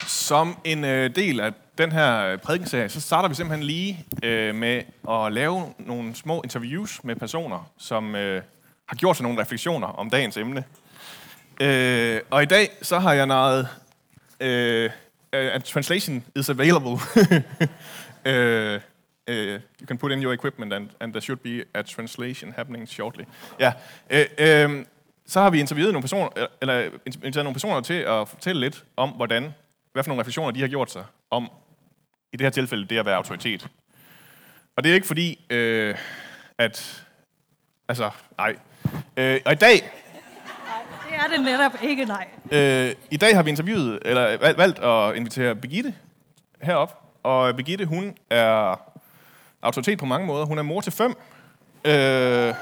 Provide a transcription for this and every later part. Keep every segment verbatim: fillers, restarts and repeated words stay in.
Som en øh, del af den her prædikenserie, så starter vi simpelthen lige øh, med at lave nogle små interviews med personer, som øh, har gjort sig nogle refleksioner om dagens emne. Øh, og i dag, så har jeg narret øh, a translation is available. uh, uh, you can put in your equipment, and, and there should be a translation happening shortly. Ja, uh, uh, så har vi interviewet nogle personer, eller inviteret nogle personer til at fortælle lidt om, hvordan, hvad for nogle refleksioner de har gjort sig om, i det her tilfælde, det at være autoritet. Og det er ikke fordi, uh, at, altså, nej. Uh, og i dag, det er det netop ikke, nej. Øh, I dag har vi interviewet, eller valgt at invitere Birgitte herop. Og Birgitte, hun er autoritet på mange måder. Hun er mor til fem. Øh,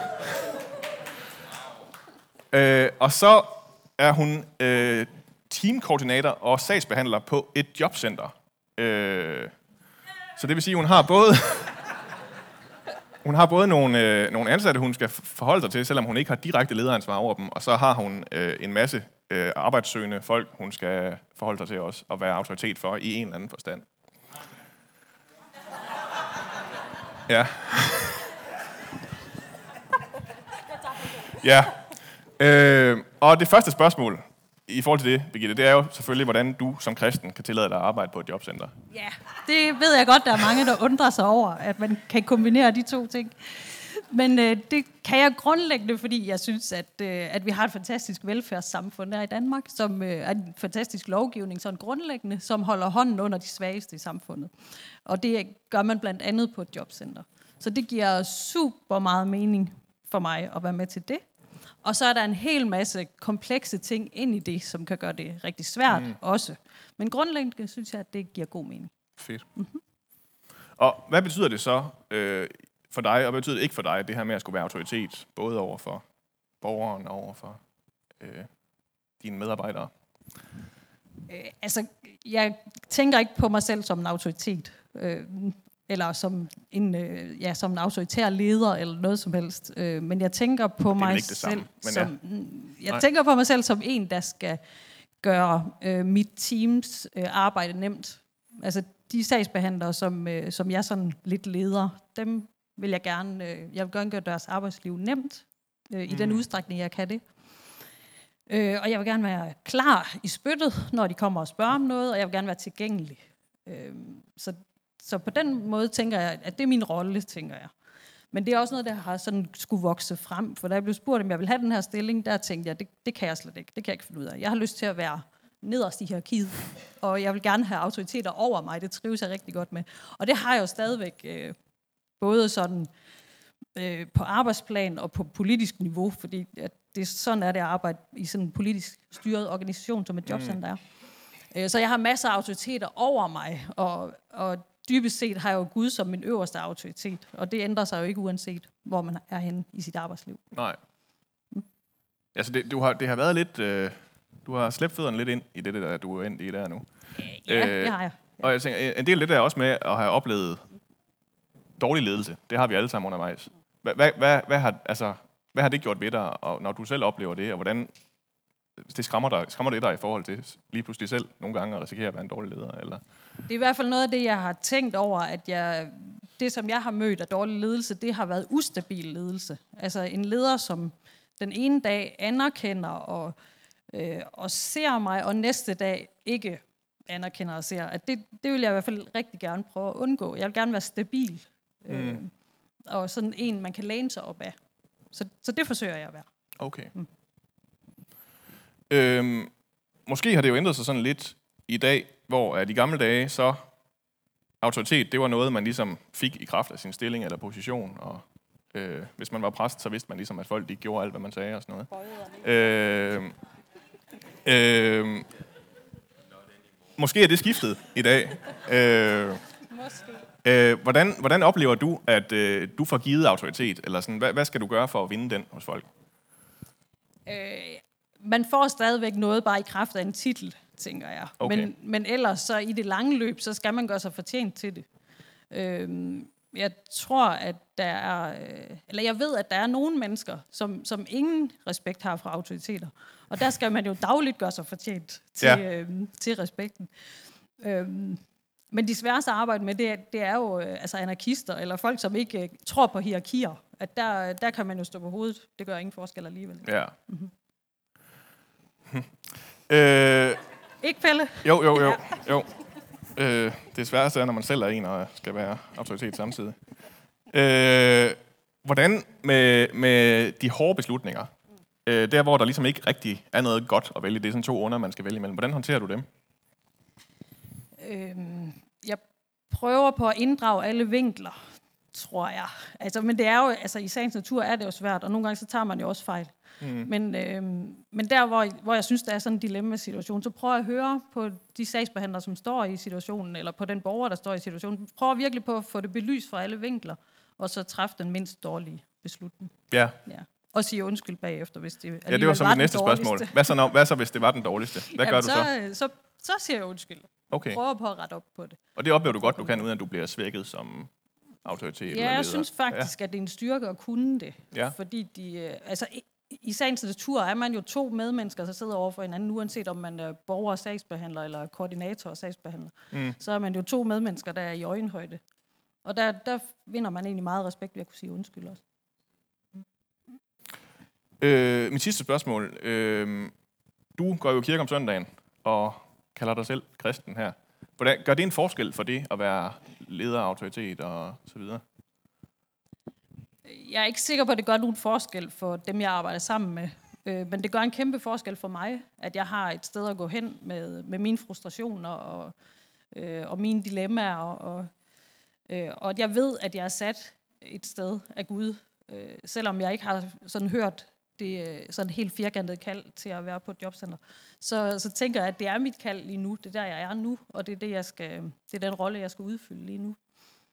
øh, og så er hun øh, teamkoordinator og sagsbehandler på et jobcenter. Øh, så det vil sige, at hun har både... Hun har både nogle, øh, nogle ansatte, hun skal forholde sig til, selvom hun ikke har direkte lederansvar over dem, og så har hun øh, en masse øh, arbejdssøgende folk, hun skal forholde sig til også, og være autoritet for i en eller anden forstand. Ja. Ja. Øh, og det første spørgsmål i forhold til det, Birgitte, det er jo selvfølgelig, hvordan du som kristen kan tillade dig at arbejde på et jobcenter. Ja, det ved jeg godt, der er mange, der undrer sig over, at man kan kombinere de to ting. Men øh, det kan jeg grundlæggende, fordi jeg synes, at, øh, at vi har et fantastisk velfærdssamfund her i Danmark, som øh, er en fantastisk lovgivning, sådan grundlæggende, som holder hånden under de svageste i samfundet. Og det gør man blandt andet på et jobcenter. Så det giver super meget mening for mig at være med til det. Og så er der en hel masse komplekse ting ind i det, som kan gøre det rigtig svært mm. også. Men grundlæggende synes jeg, at det giver god mening. Fedt. Mm-hmm. Og hvad betyder det så øh, for dig, og hvad betyder det ikke for dig, det her med at skulle være autoritet, både over for borgeren og over for øh, dine medarbejdere? Øh, altså, jeg tænker ikke på mig selv som en autoritet. Øh, eller som en, øh, ja, som en autoritær leder eller noget som helst, øh, men jeg tænker på mig selv som ja. jeg Nej. tænker på mig selv som en, der skal gøre øh, mit teams øh, arbejde nemt. Altså de sagsbehandlere, som øh, som jeg sådan lidt leder, dem vil jeg gerne øh, jeg vil gerne gøre deres arbejdsliv nemt øh, i mm. den udstrækning jeg kan det. Øh, og jeg vil gerne være klar i spyttet, når de kommer og spørger om noget, og jeg vil gerne være tilgængelig. Øh, så Så på den måde tænker jeg, at det er min rolle, tænker jeg. Men det er også noget, der har sådan skulle vokse frem. For da jeg blev spurgt, om jeg vil have den her stilling, der tænkte jeg, det, det kan jeg slet ikke. Det kan jeg ikke finde ud af. Jeg har lyst til at være nederst i hierarkiet, og jeg vil gerne have autoriteter over mig. Det trives jeg rigtig godt med. Og det har jeg jo stadigvæk, øh, både sådan øh, på arbejdsplan og på politisk niveau, fordi at det, sådan er det at arbejde i sådan en politisk styret organisation, som et jobcenter er. Mm. Så jeg har masser af autoriteter over mig, og, og dybest set har jeg jo Gud som min øverste autoritet, og det ændrer sig jo ikke uanset, hvor man er henne i sit arbejdsliv. Nej. Mm. Altså det, du har, det har været lidt, øh, du har slæbt fødderne lidt ind i det, der du er endt i der nu. Ja, øh, det har jeg. Ja. Og jeg tænker, en del af det der også med at have oplevet dårlig ledelse, det har vi alle sammen undervejs. Hvad, hvad, hvad, hvad, har, altså, hvad har det gjort ved dig, og når du selv oplever det, og hvordan det skræmmer, dig, skræmmer det dig i forhold til lige pludselig selv nogle gange at risikere at være en dårlig leder? Eller? Det er i hvert fald noget af det, jeg har tænkt over, at jeg, det, som jeg har mødt af dårlig ledelse, det har været ustabil ledelse. Altså en leder, som den ene dag anerkender og, øh, og ser mig, og næste dag ikke anerkender og ser. At det, det vil jeg i hvert fald rigtig gerne prøve at undgå. Jeg vil gerne være stabil, øh, mm. og sådan en, man kan læne sig op af. Så, så det forsøger jeg at være. Okay. Mm. Øhm, måske har det jo ændret sig sådan lidt i dag, hvor at i gamle dage, så autoritet, det var noget, man ligesom fik i kraft af sin stilling eller position, og øh, hvis man var præst, så vidste man ligesom, at folk de gjorde alt, hvad man sagde og sådan noget. Øh, øh, måske er det skiftet i dag. Øh, øh, hvordan, hvordan oplever du, at øh, du får givet autoritet, eller sådan, hvad, hvad skal du gøre for at vinde den hos folk? Øh, man får stadigvæk noget bare i kraft af en titel, tænker jeg. Okay. Men, men ellers så i det lange løb, så skal man gøre sig fortjent til det. Øhm, jeg tror, at der er, eller jeg ved, at der er nogle mennesker, som, som ingen respekt har fra autoriteter. Og der skal man jo dagligt gøre sig fortjent til, ja. øh, til respekten. Øhm, men de sværeste at arbejde med, det, det er jo øh, altså anarkister, eller folk, som ikke øh, tror på hierarkier. At der, der kan man jo stå på hovedet. Det gør ingen forskel alligevel. Ja. Mm-hmm. øh, ikke, Pelle? Jo, jo, jo. Ja. jo. Øh, det sværeste er, når man selv er en og skal være autoritet samtidig. Øh, hvordan med, med de hårde beslutninger, øh, der hvor der ligesom ikke rigtig er noget godt at vælge, det er sådan to onder, man skal vælge imellem. Hvordan håndterer du dem? Øhm, jeg prøver på at inddrage alle vinkler, tror jeg. Altså, men det er jo, altså, i sagens natur er det jo svært, og nogle gange så tager man jo også fejl. Mm. Men, øhm, men der, hvor, hvor jeg synes, der er sådan en dilemma-situation, så prøver jeg at høre på de sagsbehandlere, som står i situationen, eller på den borger, der står i situationen. Prøver virkelig på at få det belyst fra alle vinkler, og så træffe den mindst dårlige beslutning. Ja. ja. Og sige undskyld bagefter, hvis det ja, det var så mit næste spørgsmål. Hvad så, når, hvad så, hvis det var den dårligste? Hvad Jamen, gør du så? så? Så, så siger jeg undskyld. Okay. Prøver på at rette op på det. Og det oplever du godt, du kan, uden at du bliver svækket som autoritet ja, eller leder? Jeg synes faktisk, ja. at det er en styrke at kunne det. Ja. Fordi de, altså, i, i sagens natur er man jo to medmennesker, der sidder over for hinanden, uanset om man er borger og sagsbehandler, eller koordinator og sagsbehandler. Mm. Så er man jo to medmennesker, der er i øjenhøjde. Og der, der vinder man egentlig meget respekt ved at kunne sige undskyld også. Mm. Øh, mit sidste spørgsmål. Øh, du går jo i kirke om søndagen, og kalder dig selv kristen her. Hvordan, gør det en forskel for det at være leder, autoritet og så videre? Jeg er ikke sikker på, at det gør nogen forskel for dem, jeg arbejder sammen med. Øh, men det gør en kæmpe forskel for mig, at jeg har et sted at gå hen med, med mine frustrationer og, øh, og mine dilemmaer. Og, øh, og at jeg ved, at jeg er sat et sted af Gud, øh, selvom jeg ikke har sådan hørt det sådan helt firkantet kald til at være på et jobcenter. Så, så tænker jeg, at det er mit kald lige nu. Det er der, jeg er nu, og det er, det, jeg skal, det er den rolle, jeg skal udfylde lige nu.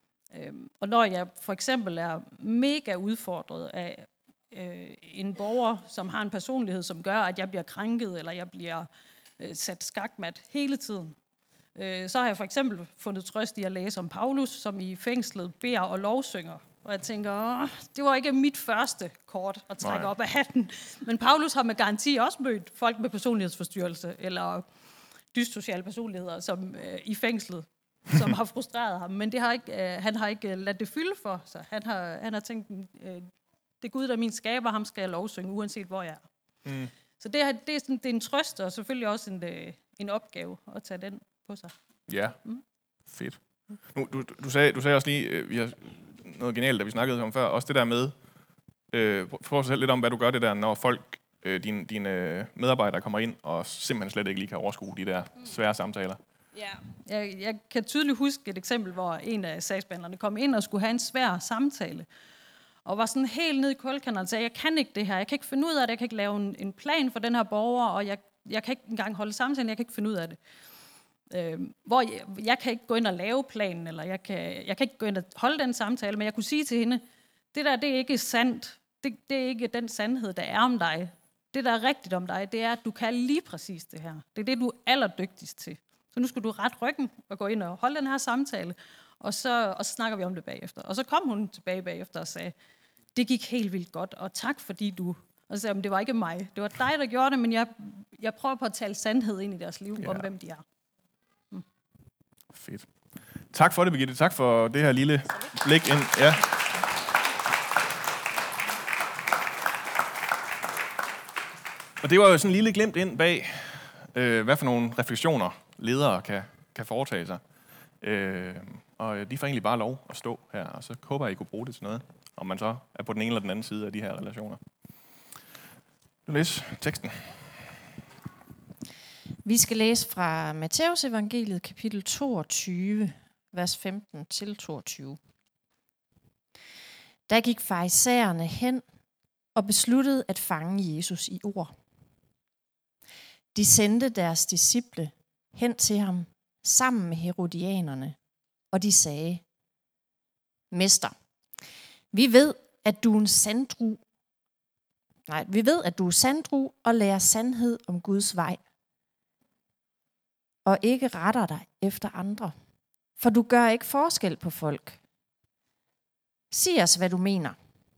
Øhm, og når jeg for eksempel er mega udfordret af øh, en borger, som har en personlighed, som gør, at jeg bliver krænket, eller jeg bliver øh, sat skakmat hele tiden, øh, så har jeg for eksempel fundet trøst i at læse om Paulus, som i fængslet beder og lovsynger. Og jeg tænker, åh, det var ikke mit første kort at trække Nej. op af hatten. Men Paulus har med garanti også mødt folk med personlighedsforstyrrelse, eller dyssociale personligheder, som øh, i fængslet, som har frustreret ham. Men det har ikke, øh, han har ikke ladet det fylde for sig. Han har, han har tænkt, øh, det er Gud, der er min skaber, ham skal jeg lovsynge, uanset hvor jeg er. Mm. Så det er, det, er sådan, det er en trøst, og selvfølgelig også en, en opgave at tage den på sig. Ja, mm. fedt. Nu, du, du, sagde, du sagde også lige, øh, vi har noget genialt, da vi snakkede om før, også det der med, øh, prøv at selv lidt om, hvad du gør det der, når folk, øh, dine, dine medarbejdere kommer ind, og simpelthen slet ikke lige kan overskue de der svære samtaler. Ja, jeg, jeg kan tydeligt huske et eksempel, hvor en af sagsbehandlerne kom ind og skulle have en svær samtale, og var sådan helt nede i kulkænderen og sagde, jeg kan ikke det her, jeg kan ikke finde ud af det, jeg kan ikke lave en, en plan for den her borger, og jeg, jeg kan ikke engang holde samtalen, jeg kan ikke finde ud af det. Øh, hvor jeg, jeg kan ikke gå ind og lave planen, eller jeg kan, jeg kan ikke gå ind og holde den samtale, men jeg kunne sige til hende, det der, det er ikke sandt, det, det er ikke den sandhed, der er om dig. Det, der er rigtigt om dig, det er, at du kan lige præcis det her. Det er det, du er allerdygtigst til. Så nu skal du rette ryggen og gå ind og holde den her samtale, og så, og så snakker vi om det bagefter. Og så kom hun tilbage bagefter og sagde, det gik helt vildt godt, og tak fordi du... Og så sagde hun, det var ikke mig, det var dig, der gjorde det, men jeg, jeg prøver på at tale sandhed ind i deres liv, ja. Om hvem de er. Mm. Fedt. Tak for det, Birgitte. Tak for det her lille blik ind. Ja. Og det var jo sådan en lille glimt ind bag, øh, hvad for nogle refleksioner ledere kan, kan foretage sig. Øh, og de får egentlig bare lov at stå her, og så håber jeg, I kunne bruge det til noget, om man så er på den ene eller den anden side af de her relationer. Du læser teksten. Vi skal læse fra Matteus evangeliet, kapitel toogtyve, vers femten til toogtyve. Der gik farisæerne hen og besluttede at fange Jesus i ord. De sendte deres disciple hen til ham sammen med herodianerne, og de sagde, Mester, vi ved, at du er en sandru. Nej, vi ved, at du er sandru og lærer sandhed om Guds vej, og ikke retter dig efter andre, for du gør ikke forskel på folk. Sig os, hvad du mener.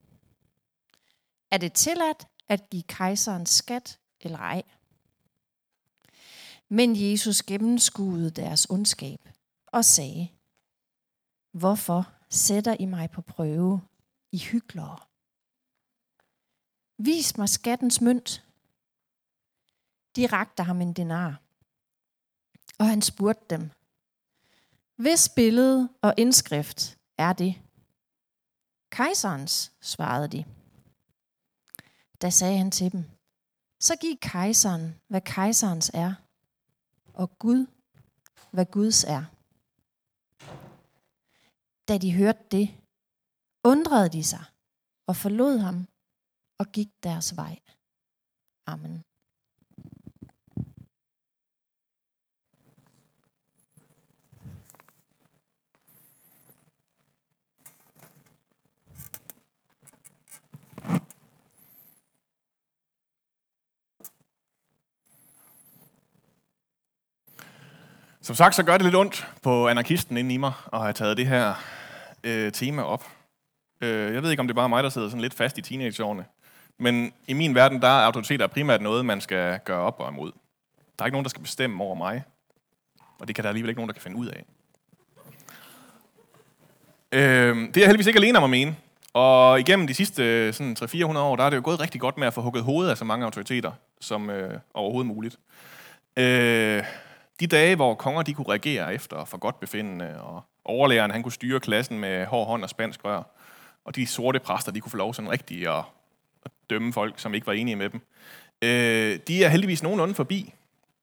Er det tilladt at give kejseren skat eller ej? Men Jesus gennemskuede deres ondskab og sagde, hvorfor sætter I mig på prøve, I hyklere? Vis mig skattens mønt. De rakte ham en denar, og han spurgte dem, hvis billede og indskrift er det? Kejserens, svarede de. Da sagde han til dem, så giv kejseren, hvad kejserens er, og Gud, hvad Guds er. Da de hørte det, undrede de sig og forlod ham og gik deres vej. Amen. Som sagt, så gør det lidt ondt på anarkisten inde i mig at have taget det her øh, tema op. Øh, jeg ved ikke, om det er bare mig, der sidder sådan lidt fast i teenageårene. Men i min verden, der er autoriteter primært noget, man skal gøre op og imod. Der er ikke nogen, der skal bestemme over mig. Og det kan der alligevel ikke nogen, der kan finde ud af. Øh, det er jeg heldigvis ikke alene om at mene. Og igennem de sidste sådan, tre til fire hundrede år, der er det jo gået rigtig godt med at få hugget hovedet af så mange autoriteter, som øh, overhovedet muligt. Øh, De dage, hvor konger de kunne reagere efter for godt befindende, og overlæreren han kunne styre klassen med hård hånd og spansk rør, og de sorte præster de kunne få lov sådan rigtigt at, at dømme folk, som ikke var enige med dem, øh, de er heldigvis nogenlunde forbi.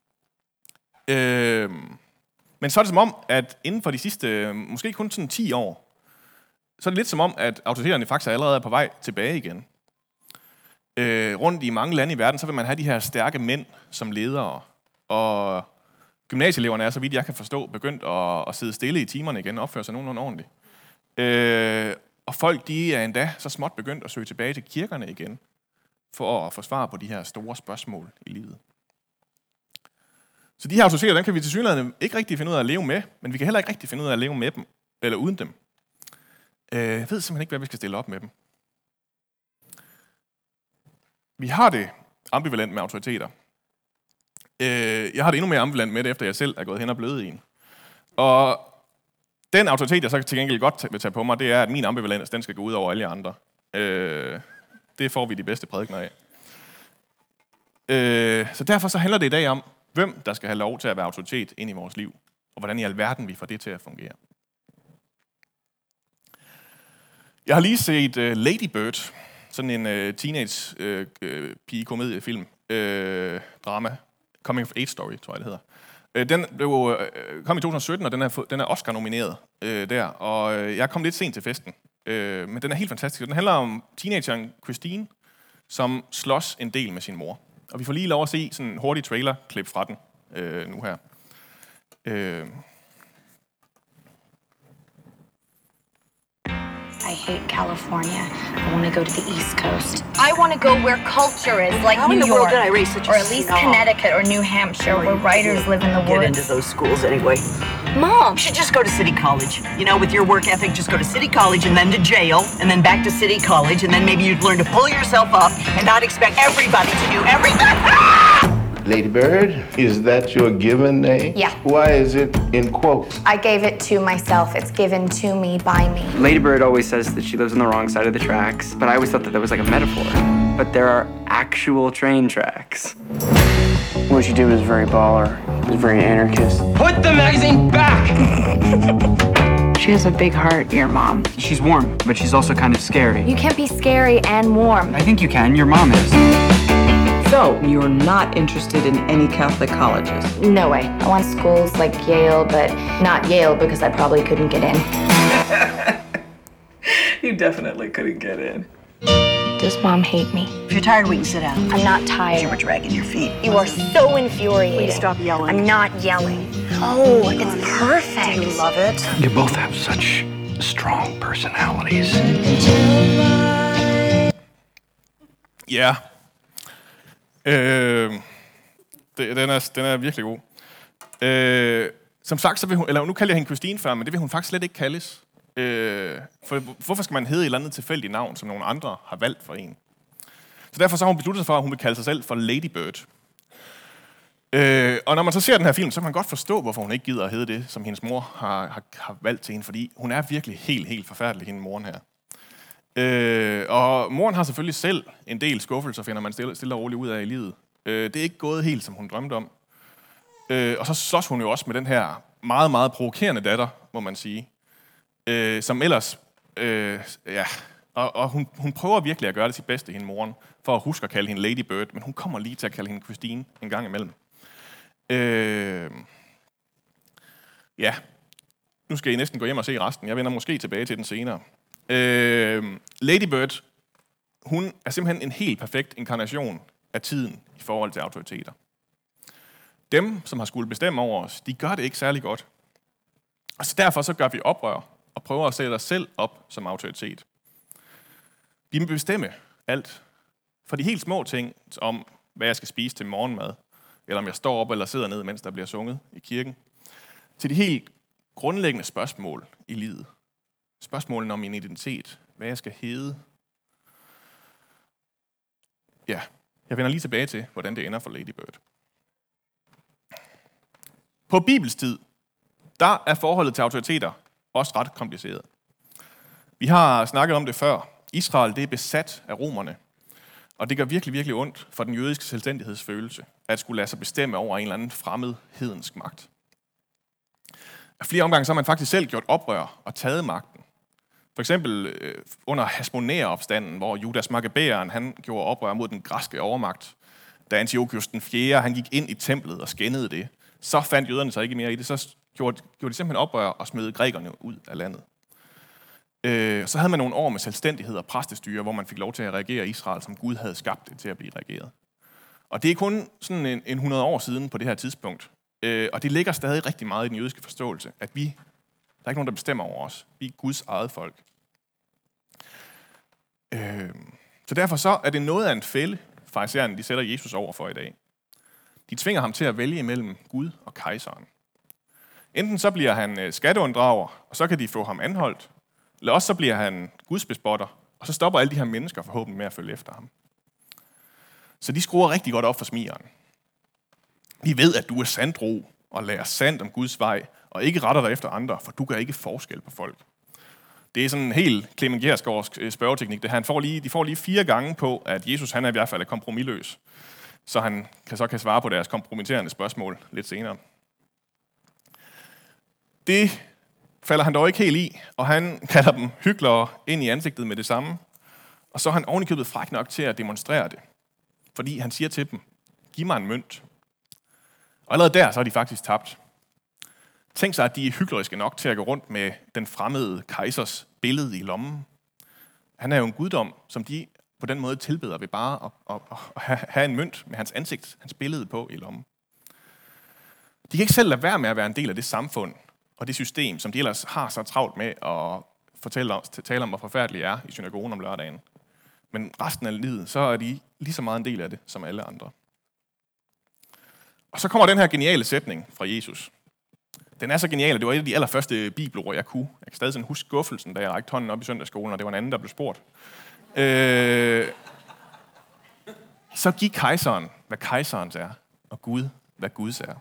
Øh, men så er det som om, at inden for de sidste, måske kun sådan ti år, så er det lidt som om, at autoriteterne faktisk allerede er på vej tilbage igen. Øh, rundt i mange lande i verden, så vil man have de her stærke mænd som ledere, og gymnasieeleverne er, så vidt jeg kan forstå, begyndt at, at sidde stille i timerne igen og opføre sig nogenlunde ordentligt. Øh, og folk, de er endda så småt begyndt at søge tilbage til kirkerne igen, for at få svar på de her store spørgsmål i livet. Så de her autoriteter, dem kan vi tilsyneladende ikke rigtig finde ud af at leve med, men vi kan heller ikke rigtig finde ud af at leve med dem, eller uden dem. Øh, jeg ved simpelthen ikke, hvad vi skal stille op med dem. Vi har det ambivalent med autoriteter. Jeg har det endnu mere ambivalent med det, efter jeg selv er gået hen og blevet en. Og den autoritet, jeg så til gengæld godt vil tage på mig, det er, at min ambivalens, den skal gå ud over alle andre. Det får vi de bedste prædikener af. Så derfor så handler det i dag om, hvem der skal have lov til at være autoritet ind i vores liv, og hvordan i alverden vi får det til at fungere. Jeg har lige set Lady Bird, sådan en teenage-pige-komediefilm, drama, Coming of Age Story, tror jeg, det hedder. Den blev, kom i to tusind og sytten, og den er, den er Oscar-nomineret øh, der. Og jeg kom lidt sent til festen. Øh, men den er helt fantastisk. Den handler om teenageren Christine, som slås en del med sin mor. Og vi får lige lov at se sådan en hurtig trailer-klip fra den øh, nu her. Øh. I hate California. I want to go to the East Coast. I want to go where culture is, like How New in the York, world did I raise such a or at least snob? Connecticut or New Hampshire, where writers live in the Get woods. into those schools anyway. Mom, You should just go to City College. You know, with your work ethic, just go to City College and then to jail, and then back to City College, and then maybe you'd learn to pull yourself up and not expect everybody to do everything. Lady Bird, is that your given name? Yeah. Why is it in quotes? I gave it to myself. It's given to me by me. Lady Bird always says that she lives on the wrong side of the tracks, but I always thought that that was like a metaphor. But there are actual train tracks. What she did was very baller. It was very anarchist. Put the magazine back! She has a big heart, your mom. She's warm, but she's also kind of scary. You can't be scary and warm. I think you can. Your mom is. So, you're not interested in any Catholic colleges? No way. I want schools like Yale, but not Yale because I probably couldn't get in. You definitely couldn't get in. Does Mom hate me? If you're tired, we can sit down. I'm not tired. You were dragging your feet. You are so infuriating. Please stop yelling. I'm not yelling. Oh, it's perfect. Do you love it? You both have such strong personalities. Ja. Øh, det, den, er, den er virkelig god. Øh, som sagt, så vil hun, eller nu kalder jeg hende Christine før, men det vil hun faktisk slet ikke kaldes. Øh, for hvorfor skal man hedde et eller andet tilfældigt navn, som nogle andre har valgt for en? Så derfor så har hun besluttet sig for, at hun vil kalde sig selv for Lady Bird. Øh, og når man så ser den her film, så kan man godt forstå, hvorfor hun ikke gider at hedde det, som hendes mor har, har, har valgt til hende, fordi hun er virkelig helt, helt forfærdelig, hende moren her. Øh, og moren har selvfølgelig selv en del skuffelser, finder man stille, stille og roligt ud af i livet. Øh, det er ikke gået helt, som hun drømte om. Øh, og så slås hun jo også med den her meget, meget provokerende datter, må man sige. Øh, som ellers, øh, ja, og, og hun, hun prøver virkelig at gøre det sit bedste, hende moren, for at huske at kalde hende Lady Bird, men hun kommer lige til at kalde hende Christine en gang imellem. Øh, ja, nu skal I næsten gå hjem og se resten. Jeg vender måske tilbage til den senere. Øh, Lady Bird, hun er simpelthen en helt perfekt inkarnation af tiden i forhold til autoriteter. Dem, som har skulle bestemme over os, de gør det ikke særlig godt. Og så derfor så gør vi oprør og prøver at sætte os selv op som autoritet. Vi må bestemme alt. For de helt små ting om, hvad jeg skal spise til morgenmad, eller om jeg står op eller sidder ned, mens der bliver sunget i kirken, til de helt grundlæggende spørgsmål i livet. Spørgsmålene om min identitet, hvad jeg skal hedde. Ja, jeg vender lige tilbage til, hvordan det ender for Lady Bird. På Bibels tid, der er forholdet til autoriteter også ret kompliceret. Vi har snakket om det før. Israel, det er besat af romerne. Og det gør virkelig, virkelig ondt for den jødiske selvstændighedsfølelse, at skulle lade sig bestemme over en eller anden fremmed hedensk magt. Af flere omgange så har man faktisk selv gjort oprør og taget magten. For eksempel øh, under Hasmonæeropstanden, hvor Judas Makkabæeren han gjorde oprør mod den græske overmagt. Da Antiochus den fjerde han gik ind i templet og skændede det, så fandt jøderne sig ikke mere i det. Så gjorde, gjorde de simpelthen oprør og smed grækerne ud af landet. Øh, så havde man nogle år med selvstændighed og præstestyre, hvor man fik lov til at regere Israel, som Gud havde skabt det til at blive regeret. Og det er kun sådan en, en hundrede år siden på det her tidspunkt. Øh, og det ligger stadig rigtig meget i den jødiske forståelse, at vi, der er ikke nogen, der bestemmer over os. Vi er Guds eget folk. Øh, så derfor så er det noget af en fælde, farisæerne de sætter Jesus over for i dag. De tvinger ham til at vælge mellem Gud og kejseren. Enten så bliver han skatteunddrager, og så kan de få ham anholdt, eller også så bliver han gudsbespotter, og så stopper alle de her mennesker forhåbentlig med at følge efter ham. Så de skruer rigtig godt op for smigeren. Vi ved, at du er sandro og lærer sandt om Guds vej, og ikke retter dig efter andre, for du gør ikke forskel på folk. Det er sådan en helt Clement Kjærsgaards spørgeteknik. Det han får lige, de får lige fire gange på, at Jesus han er i hvert fald kompromisløs, så han kan, så kan svare på deres kompromitterende spørgsmål lidt senere. Det falder han dog ikke helt i, og han kalder dem hyklere ind i ansigtet med det samme. Og så er han ovenikøbet fræk nok til at demonstrere det. Fordi han siger til dem, giv mig en mønt. Og allerede der, så er de faktisk tabt. Tænk sig, at de er hykleriske nok til at gå rundt med den fremmede kejsers billede i lommen. Han er jo en guddom, som de på den måde tilbeder ved bare at, at, at have en mønt med hans ansigt, hans billede på i lommen. De kan ikke selv lade være med at være en del af det samfund og det system, som de ellers har så travlt med at fortælle os, tale om, hvor forfærdeligt er i synagogen om lørdagen. Men resten af livet, så er de lige så meget en del af det, som alle andre. Og så kommer den her geniale sætning fra Jesus. Den er så genial, det var et af de allerførste bibelord, jeg kunne. Jeg kan stadig sådan huske skuffelsen, da jeg rækte hånden op i søndagsskolen, og det var en anden, der blev spurgt. Øh, så giv kejseren, hvad kejserens er, og Gud, hvad Guds er.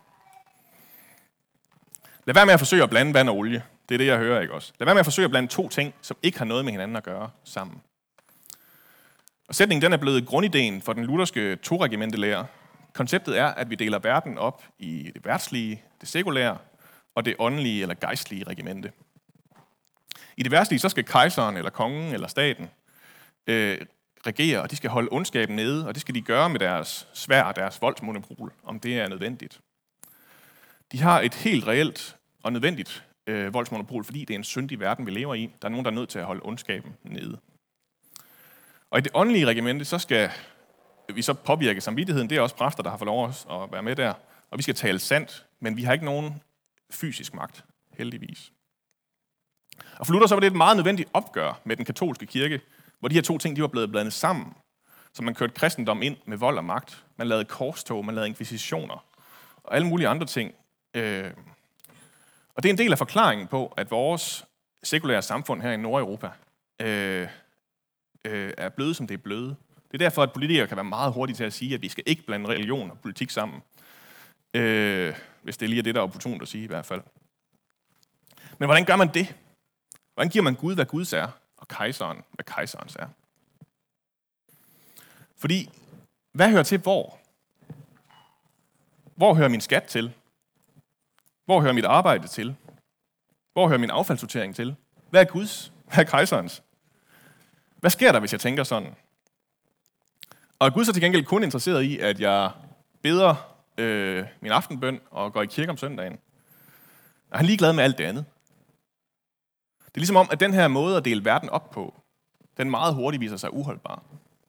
Lad være med at forsøge at blande vand og olie. Det er det, jeg hører, ikke også? Lad være med at forsøge at blande to ting, som ikke har noget med hinanden at gøre, sammen. Og sætningen den er blevet grundideen for den lutherske to-regimentelære. Konceptet er, at vi deler verden op i det verdslige, det sekulære og det åndelige eller gejstlige regimente. I det verdslige så skal kejseren eller kongen eller staten øh, regere, og de skal holde ondskaben nede, og det skal de gøre med deres sværd og deres voldsmonopol, om det er nødvendigt. De har et helt reelt og nødvendigt øh, voldsmonopol, fordi det er en syndig verden, vi lever i. Der er nogen, der er nødt til at holde ondskaben nede. Og i det åndelige regimente, så skal vi så påvirke samvittigheden. Det er også præster, der har fået lov at være med der. Og vi skal tale sandt, men vi har ikke nogen fysisk magt, heldigvis. Og for Luther så var det et meget nødvendigt opgør med den katolske kirke, hvor de her to ting de var blevet blandet sammen. Så man kørte kristendom ind med vold og magt. Man lavede korstog, man lavede inkvisitioner og alle mulige andre ting. Og det er en del af forklaringen på, at vores sekulære samfund her i Nordeuropa øh, øh, er blevet, som det er blevet. Det er derfor, at politikere kan være meget hurtige til at sige, at vi skal ikke blande religion og politik sammen. Øh, hvis det lige er det, der er opportunt at sige i hvert fald. Men hvordan gør man det? Hvordan giver man Gud, hvad Guds er, og kejseren, hvad kejserens er? Fordi, hvad hører til hvor? Hvor hører min skat til? Hvor hører mit arbejde til? Hvor hører min affaldssortering til? Hvad er Guds? Hvad er kejserens? Hvad sker der, hvis jeg tænker sådan? Og Gud er til gengæld kun interesseret i, at jeg beder øh, min aftenbøn og går i kirke om søndagen. Og han er ligeglad med alt det andet. Det er ligesom om, at den her måde at dele verden op på, den meget hurtigt viser sig uholdbar.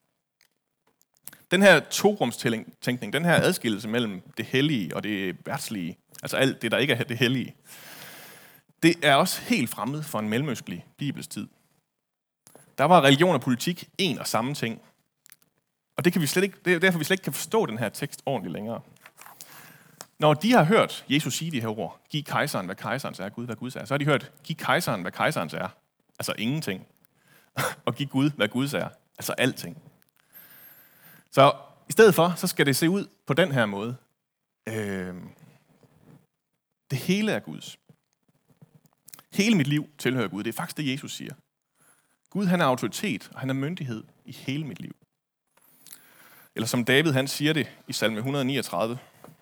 Den her torumstænkning, den her adskillelse mellem det hellige og det verdslige, altså alt det, der ikke er det hellige, det er også helt fremmed for en mellemøstlig bibelstid. Der var religion og politik en og samme ting. Og det kan vi slet ikke, det er derfor, vi slet ikke kan forstå den her tekst ordentligt længere. Når de har hørt Jesus sige de her ord, giv kejseren, hvad kejserens er, Gud, hvad Guds er, så har de hørt, giv kejseren, hvad kejserens er, altså ingenting. Og giv Gud, hvad Guds er, altså alting. Så i stedet for, så skal det se ud på den her måde. Øh, det hele er Guds. Hele mit liv tilhører Gud. Det er faktisk det, Jesus siger. Gud, han er autoritet, og han er myndighed i hele mit liv. Eller som David, han siger det i salme et hundrede og niogtredive.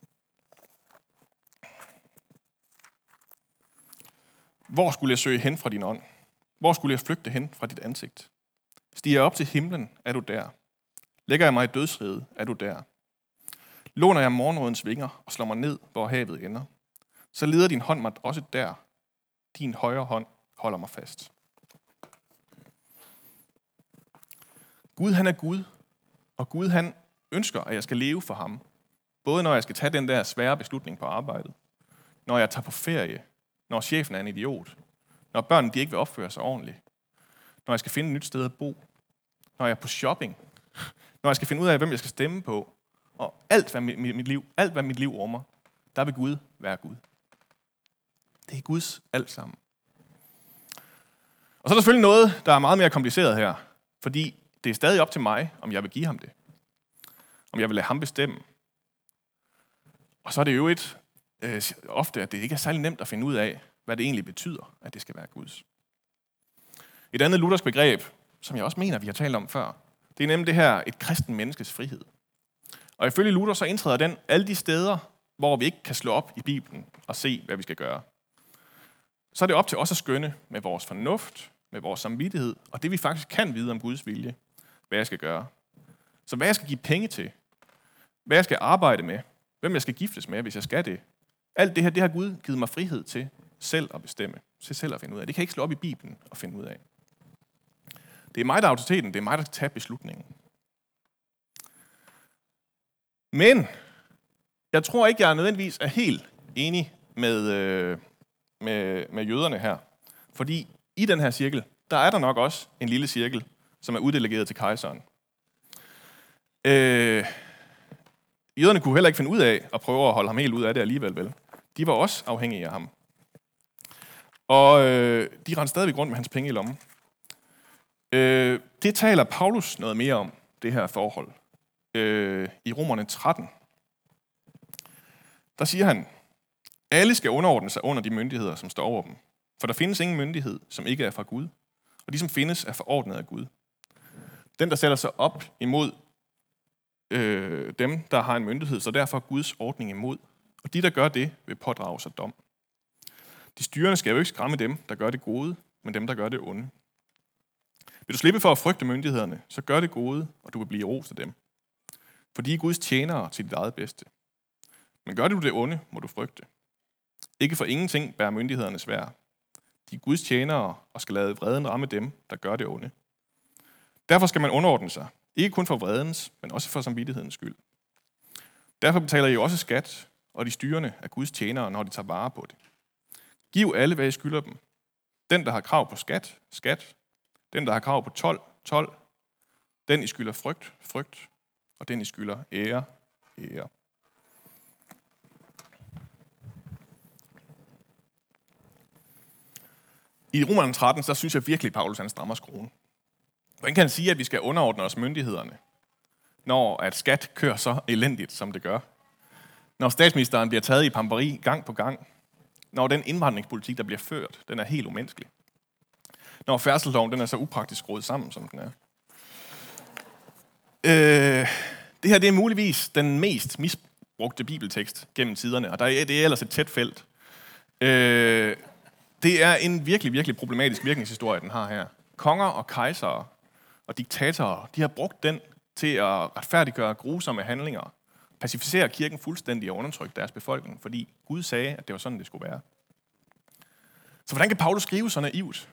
Hvor skulle jeg søge hen fra din ånd? Hvor skulle jeg flygte hen fra dit ansigt? Stiger jeg op til himlen, er du der. Lægger jeg mig i dødsriget, er du der. Låner jeg morgenrådens vinger og slår mig ned, hvor havet ender, så leder din hånd mig også der. Din højre hånd holder mig fast. Gud, han er Gud, og Gud, han ønsker, at jeg skal leve for ham. Både når jeg skal tage den der svære beslutning på arbejdet, når jeg tager på ferie, når chefen er en idiot, når børnene de ikke vil opføre sig ordentligt, når jeg skal finde et nyt sted at bo, når jeg er på shopping, når jeg skal finde ud af, hvem jeg skal stemme på, og alt, hvad mit, mit liv, alt, hvad mit liv rummer, der vil Gud være Gud. Det er Guds alt sammen. Og så er der selvfølgelig noget, der er meget mere kompliceret her, fordi det er stadig op til mig, om jeg vil give ham det. Om jeg vil lade ham bestemme. Og så er det jo et øh, ofte, at det ikke er særlig nemt at finde ud af, hvad det egentlig betyder, at det skal være Guds. Et andet luthersk begreb, som jeg også mener, vi har talt om før, det er nemlig det her, et kristen menneskes frihed. Og ifølge Luther, så indtræder den alle de steder, hvor vi ikke kan slå op i Bibelen og se, hvad vi skal gøre. Så er det op til os at skønne med vores fornuft, med vores samvittighed, og det vi faktisk kan vide om Guds vilje, hvad jeg skal gøre. Så hvad jeg skal give penge til, hvad jeg skal arbejde med, hvem jeg skal giftes med, hvis jeg skal det. Alt det her, det har Gud givet mig frihed til selv at bestemme, til selv at finde ud af. Det kan jeg ikke slå op i Bibelen og finde ud af. Det er mig, der er autoriteten, det er mig, der tager beslutningen. Men jeg tror ikke, jeg er nødvendigvis er helt enig med, øh, med, med jøderne her. Fordi i den her cirkel, der er der nok også en lille cirkel, som er uddelegeret til kejseren. Øh, jøderne kunne heller ikke finde ud af at prøve at holde ham helt ud af det alligevel. Vel? De var også afhængige af ham. Og øh, de rendte stadigvæk rundt med hans penge i lommen. Øh, det taler Paulus noget mere om, det her forhold. Øh, I Romerne tretten. Der siger han, alle skal underordne sig under de myndigheder, som står over dem. For der findes ingen myndighed, som ikke er fra Gud. Og de, som findes, er forordnet af Gud. Den, der sætter sig op imod øh, dem, der har en myndighed, så derfor er Guds ordning imod. Og de, der gør det, vil pådrage sig dom. De styrende skal jo ikke skræmme dem, der gør det gode, men dem, der gør det onde. Vil du slippe for at frygte myndighederne, så gør det gode, og du vil blive rost af dem. For de er Guds tjenere til dit eget bedste. Men gør du det onde, må du frygte. Ikke for ingenting bærer myndighederne svær. De er Guds tjenere og skal lade vreden ramme dem, der gør det onde. Derfor skal man underordne sig. Ikke kun for vredens, men også for samvittighedens skyld. Derfor betaler I jo også skat, og de styrende er Guds tjenere, når de tager vare på det. Giv alle, hvad I skylder dem. Den, der har krav på skat, skat. Den, der har krav på told, told. Den, I skylder frygt, frygt. Og den, I skylder ære, ære. I Romerne tretten, så synes jeg virkelig, at Paulus han strammer skruen. Hvordan kan han sige, at vi skal underordne os myndighederne, når at skat kører så elendigt, som det gør? Når statsministeren bliver taget i pamperi gang på gang? Når den indvandringspolitik, der bliver ført, den er helt umenneskelig? Når færdselsloven den er så upraktisk skruet sammen, som den er? Øh, det her det er muligvis den mest misbrugte bibeltekst gennem tiderne, og der er, det er ellers et tæt felt. Øh, det er en virkelig, virkelig problematisk virkningshistorie, den har her. Konger og kejsere og diktatorer, de har brugt den til at retfærdiggøre grusomme handlinger, pacificere kirken fuldstændig og undertrykke deres befolkning, fordi Gud sagde, at det var sådan, det skulle være. Så hvordan kan Paulus skrive så naivt?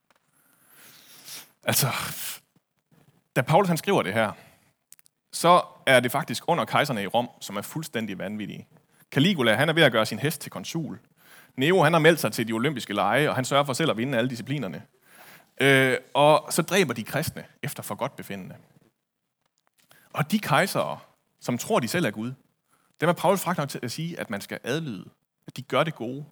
Altså, da Paulus han skriver det her, så er det faktisk under kejserne i Rom, som er fuldstændig vanvittige. Caligula, han er ved at gøre sin hest til konsul. Nero, han har meldt sig til de olympiske lege, og han sørger for selv at vinde alle disciplinerne. Øh, og så dræber de kristne efter forgodtbefindende. Og de kejsere, som tror, de selv er Gud, dem er Paulus fragt nok til at sige, at man skal adlyde, at de gør det gode.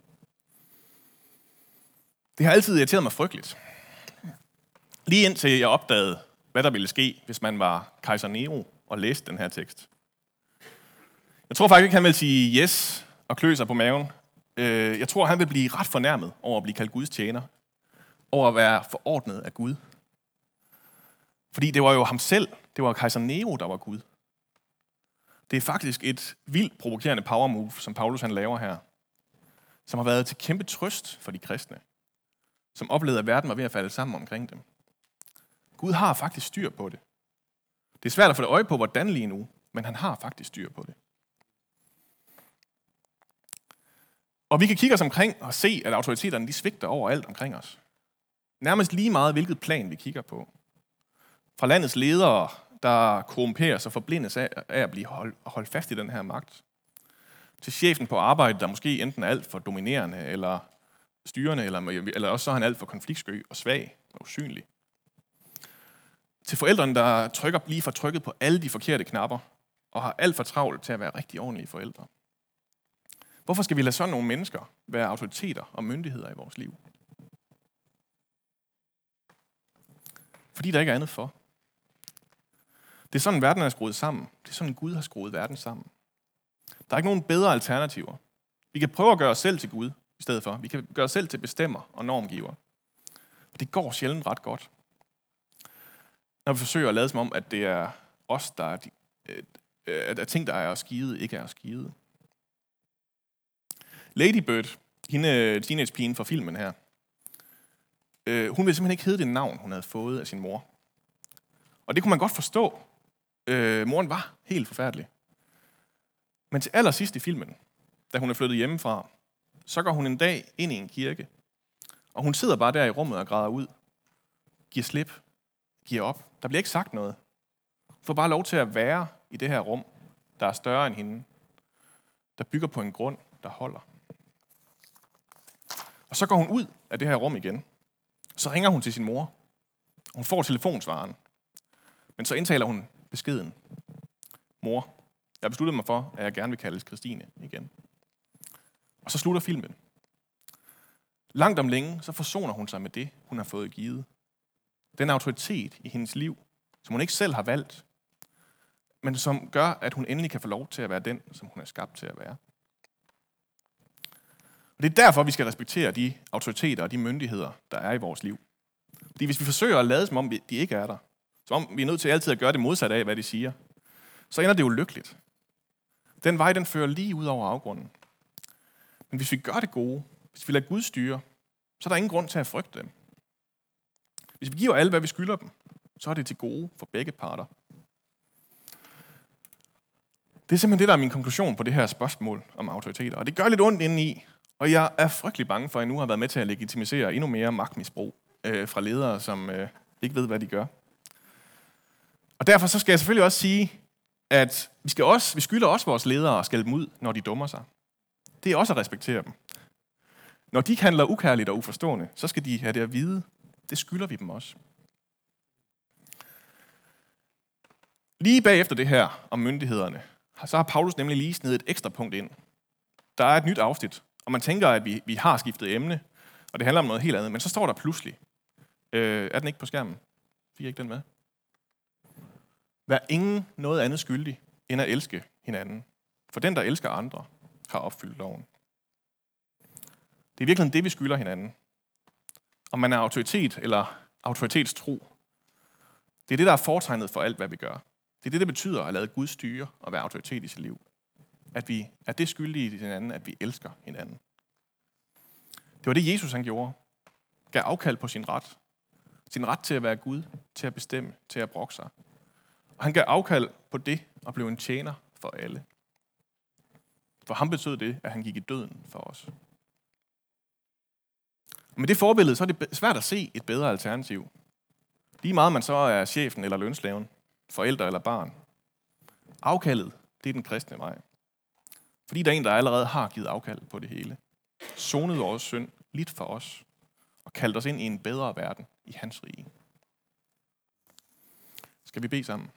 Det har altid irriteret mig frygteligt. Lige indtil jeg opdagede, hvad der ville ske, hvis man var kejser Nero og læste den her tekst. Jeg tror faktisk ikke, han vil sige yes og klø sig på maven. Jeg tror, han vil blive ret fornærmet over at blive kaldt Guds tjener. Over at være forordnet af Gud. Fordi det var jo ham selv, det var kejser Nero, der var Gud. Det er faktisk et vildt provokerende power move, som Paulus han laver her. Som har været til kæmpe trøst for de kristne. Som oplevede, at verden var ved at falde sammen omkring dem. Gud har faktisk styr på det. Det er svært at få det øje på, hvordan lige nu, men han har faktisk styr på det. Og vi kan kigge os omkring og se, at autoriteterne de svigter overalt omkring os. Nærmest lige meget, hvilket plan vi kigger på. Fra landets ledere, der korrumperes og forblindes af, af at blive hold, holdt fast i den her magt. Til chefen på arbejde, der måske enten er alt for dominerende eller styrende, eller, eller også så er han alt for konfliktsky og svag og usynlig. Til forældrene, der trykker lige for trykket på alle de forkerte knapper, og har alt for travlt til at være rigtig ordentlige forældre. Hvorfor skal vi lade sådan nogle mennesker være autoriteter og myndigheder i vores liv? Fordi der ikke er andet for. Det er sådan, verden er skruet sammen. Det er sådan, Gud har skruet verden sammen. Der er ikke nogen bedre alternativer. Vi kan prøve at gøre os selv til Gud i stedet for. Vi kan gøre os selv til bestemmer og normgiver. Og det går sjældent ret godt. Når vi forsøger at lade som om, at det er os, der er de, at ting, der er skide, ikke er skide. Lady Bird, hende teenagepigen fra filmen her, øh, hun ville simpelthen ikke hedde det navn, hun havde fået af sin mor. Og det kunne man godt forstå. Øh, moren var helt forfærdelig. Men til allersidst i filmen, da hun er flyttet hjemmefra, så går hun en dag ind i en kirke. Og hun sidder bare der i rummet og græder ud. Giver slip. Giver op. Der bliver ikke sagt noget. Hun får bare lov til at være i det her rum, der er større end hende. Der bygger på en grund, der holder. Og så går hun ud af det her rum igen. Så ringer hun til sin mor. Hun får telefonsvaren. Men så indtaler hun beskeden. Mor, jeg har besluttet mig for, at jeg gerne vil kaldes Christine igen. Og så slutter filmen. Langt om længe, så forsoner hun sig med det, hun har fået givet. Den autoritet i hendes liv, som hun ikke selv har valgt, men som gør, at hun endelig kan få lov til at være den, som hun er skabt til at være. Og det er derfor, vi skal respektere de autoriteter og de myndigheder, der er i vores liv. Fordi hvis vi forsøger at lade, som om de ikke er der, som om vi er nødt til altid at gøre det modsatte af, hvad de siger, så ender det jo lykkeligt. Den vej, den fører lige ud over afgrunden. Men hvis vi gør det gode, hvis vi lader Gud styre, så er der ingen grund til at frygte dem. Hvis vi giver alle, hvad vi skylder dem, så er det til gode for begge parter. Det er simpelthen det, der er min konklusion på det her spørgsmål om autoriteter. Og det gør lidt ondt indeni, og jeg er frygtelig bange for, at jeg nu har været med til at legitimisere endnu mere magtmisbrug øh, fra ledere, som øh, ikke ved, hvad de gør. Og derfor så skal jeg selvfølgelig også sige, at vi, skal også, vi skylder også vores ledere at skælde dem ud, når de dummer sig. Det er også at respektere dem. Når de handler ukærligt og uforstående, så skal de have det at vide. Det skylder vi dem også. Lige bagefter det her om myndighederne, så har Paulus nemlig lige snedet et ekstra punkt ind. Der er et nyt afsnit, og man tænker, at vi, vi har skiftet emne, Og det handler om noget helt andet. Men så står der pludselig, øh, er den ikke på skærmen? Fik jeg ikke den med? Vær ingen noget andet skyldig, end at elske hinanden. For den, der elsker andre, har opfyldt loven. Det er virkelig det, vi skylder hinanden. Om man er autoritet eller autoritetstro. Det er det, der er fortegnet for alt, hvad vi gør. Det er det, der betyder at lade Gud styre og være autoritet i sit liv. At vi er det skyldige i hinanden, at vi elsker hinanden. Det var det, Jesus han gjorde. Gav afkald på sin ret. Sin ret til at være Gud, til at bestemme, til at brokke sig. Og han gav afkald på det og blev en tjener for alle. For ham betød det, at han gik i døden for os. Og med det forbillede, så er det svært at se et bedre alternativ. Lige meget man så er chefen eller lønslaven, forældre eller barn. Afkaldet, det er den kristne vej. Fordi der er en, der allerede har givet afkald på det hele. Sonet vores synd, lidt for os, og kaldt os ind i en bedre verden i hans rige. Skal vi bede sammen?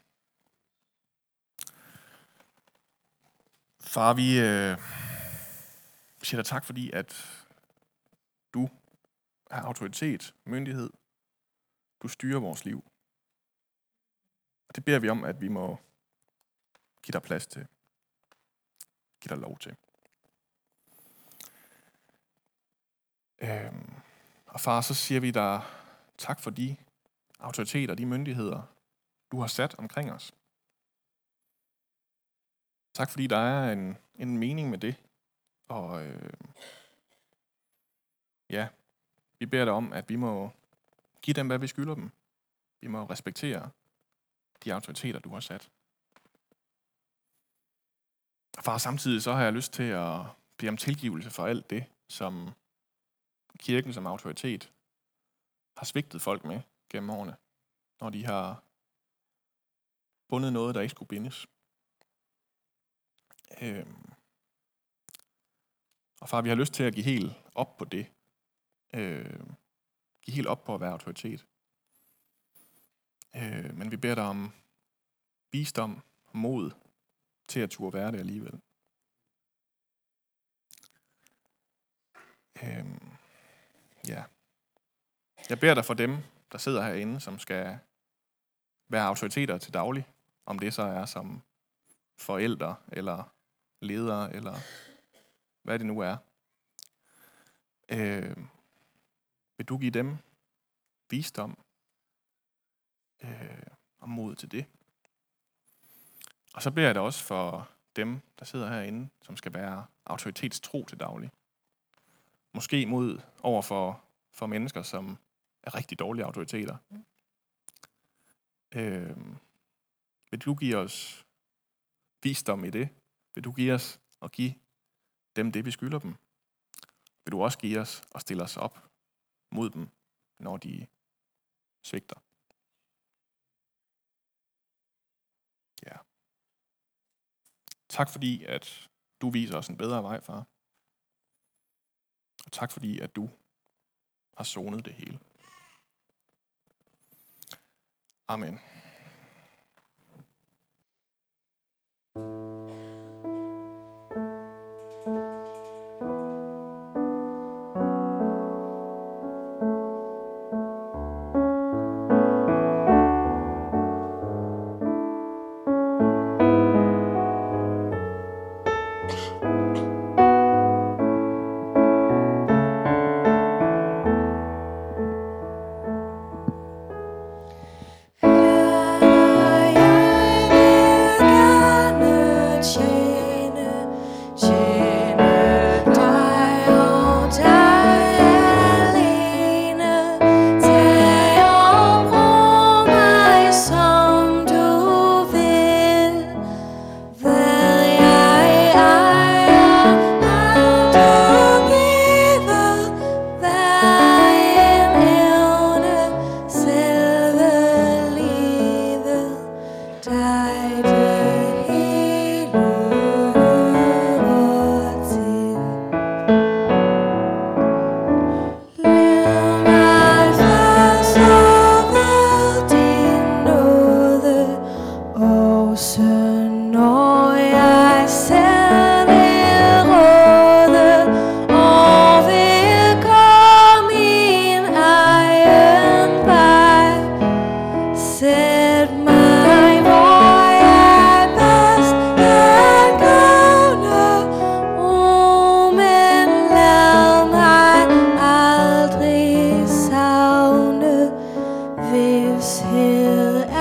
Far, vi øh, siger dig tak, fordi at du er autoritet, myndighed. Du styrer vores liv. Og det beder vi om, at vi må give dig plads til. Give dig lov til. Øhm, og far, så siger vi dig tak for de autoriteter, de myndigheder, du har sat omkring os. Tak fordi der er en, en mening med det. Og øh, ja, vi beder dig om, at vi må give dem, hvad vi skylder dem. Vi må respektere de autoriteter, du har sat. Og far, samtidig så har jeg lyst til at bede om tilgivelse for alt det, som kirken som autoritet har svigtet folk med gennem årene, når de har bundet noget, der ikke skulle bindes. Øhm. Og far, vi har lyst til at give helt op på det. Øhm. Give helt op på at være autoritet. Øhm. Men vi beder dig om visdom og mod til at turde være det alligevel. Øhm. Ja. Jeg beder dig for dem, der sidder herinde, som skal være autoriteter til daglig, om det så er som forældre, eller ledere, eller hvad det nu er. Øh, vil du give dem visdom øh, og mod til det? Og så beder jeg dig også for dem, der sidder herinde, som skal være autoritetstro til daglig. Måske mod over for, for mennesker, som er rigtig dårlige autoriteter. Øh, vil du give os visdom i det? Vil du give os og give dem det, vi skylder dem? Vil du også give os og stille os op mod dem, når de svigter? Ja. Tak fordi, at du viser os en bedre vej, far. Og tak fordi, at du har sonet det hele. Amen. Yeah. Livet er